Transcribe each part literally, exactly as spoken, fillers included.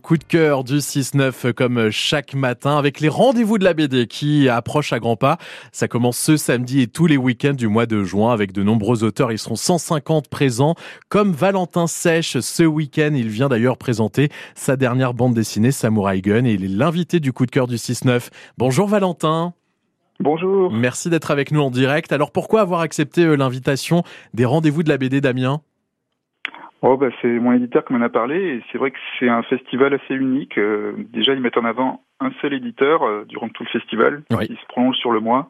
coup de cœur du six neuf comme chaque matin avec les rendez-vous de la B D qui approchent à grands pas. Ça commence ce samedi et tous les week-ends du mois de juin avec de nombreux auteurs. Ils seront cent cinquante présents comme Valentin Sèche ce week-end. Il vient d'ailleurs présenter sa dernière bande dessinée Samurai Gun et il est l'invité du coup de cœur du six neuf. Bonjour Valentin. Bonjour. Merci d'être avec nous en direct. Alors pourquoi avoir accepté l'invitation des rendez-vous de la B D d'Amiens ? Oh bah c'est mon éditeur qui m'en a parlé et c'est vrai que c'est un festival assez unique. Euh, déjà ils mettent en avant un seul éditeur euh, durant tout le festival, oui. qui se prolonge sur le mois.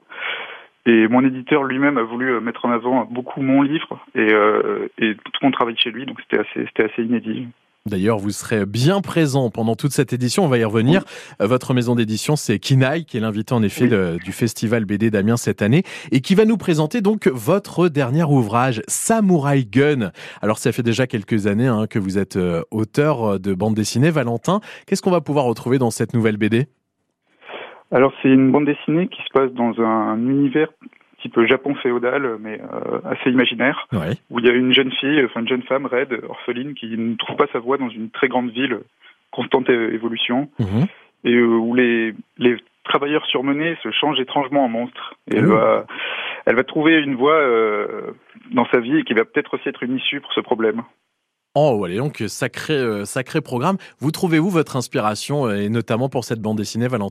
Et mon éditeur lui-même a voulu mettre en avant beaucoup mon livre et, euh, et tout mon travail chez lui, donc c'était assez, c'était assez inédit. D'ailleurs, vous serez bien présent pendant toute cette édition, on va y revenir. Oui. Votre maison d'édition, c'est Kinaï, qui est l'invité en effet oui. le, du Festival B D d'Amiens cette année, et qui va nous présenter donc votre dernier ouvrage, Samurai Gun. Alors ça fait déjà quelques années hein, que vous êtes euh, auteur de bande dessinée, Valentin. Qu'est-ce qu'on va pouvoir retrouver dans cette nouvelle B D ? Alors c'est une bande dessinée qui se passe dans un univers type Japon féodal, mais euh, assez imaginaire, ouais. où il y a une jeune fille, enfin une jeune femme raide, orpheline, qui ne trouve pas sa voie dans une très grande ville, constante évolution, mmh. et euh, où les, les travailleurs surmenés se changent étrangement en monstres. Et mmh. elle, va, elle va trouver une voie euh, dans sa vie et qui va peut-être aussi être une issue pour ce problème. Oh, allez donc, sacré, euh, sacré programme. Vous trouvez-vous votre inspiration, et notamment pour cette bande dessinée, Valentin ?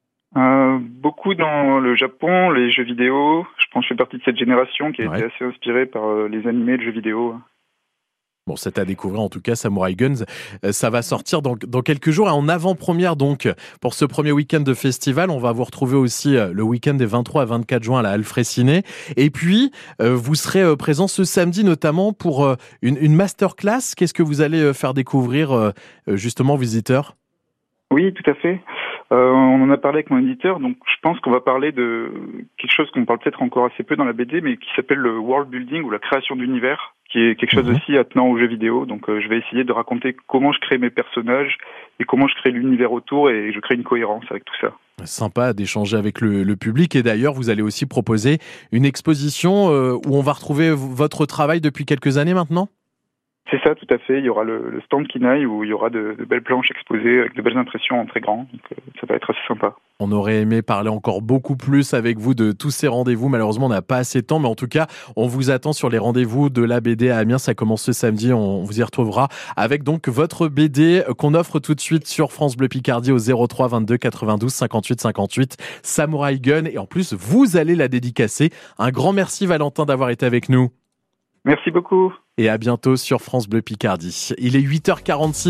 Euh, beaucoup dans le Japon, les jeux vidéo. Je pense que je fais partie de cette génération qui a ouais. été assez inspirée par euh, les animés de jeux vidéo. Bon, c'est à découvrir en tout cas, Samurai Guns. Euh, ça va sortir dans, dans quelques jours. Et en avant-première donc, pour ce premier week-end de festival, on va vous retrouver aussi euh, le week-end des vingt-trois à vingt-quatre juin à la Halle Fraissinet. Et puis, euh, vous serez euh, présent ce samedi notamment pour euh, une, une masterclass. Qu'est-ce que vous allez euh, faire découvrir euh, justement aux visiteurs ? Oui, tout à fait. Euh, on en a parlé avec mon éditeur, donc je pense qu'on va parler de quelque chose qu'on parle peut-être encore assez peu dans la B D, mais qui s'appelle le world building ou la création d'univers, qui est quelque chose mmh. aussi attenant aux jeux vidéo. Donc euh, je vais essayer de raconter comment je crée mes personnages et comment je crée l'univers autour et je crée une cohérence avec tout ça. Sympa d'échanger avec le, le public et d'ailleurs vous allez aussi proposer une exposition euh, où on va retrouver votre travail depuis quelques années maintenant ? C'est ça, tout à fait. Il y aura le, le stand Kinaï où il y aura de, de belles planches exposées avec de belles impressions en très grand. Donc, euh, ça va être assez sympa. On aurait aimé parler encore beaucoup plus avec vous de tous ces rendez-vous. Malheureusement, on n'a pas assez de temps. Mais en tout cas, on vous attend sur les rendez-vous de la B D à Amiens. Ça commence ce samedi. On vous y retrouvera avec donc votre B D qu'on offre tout de suite sur France Bleu Picardie au zéro trois vingt-deux quatre-vingt-douze cinquante-huit cinquante-huit. Samurai Gun. Et en plus, vous allez la dédicacer. Un grand merci Valentin d'avoir été avec nous. Merci beaucoup. Et à bientôt sur France Bleu Picardie. Il est huit heures quarante-six.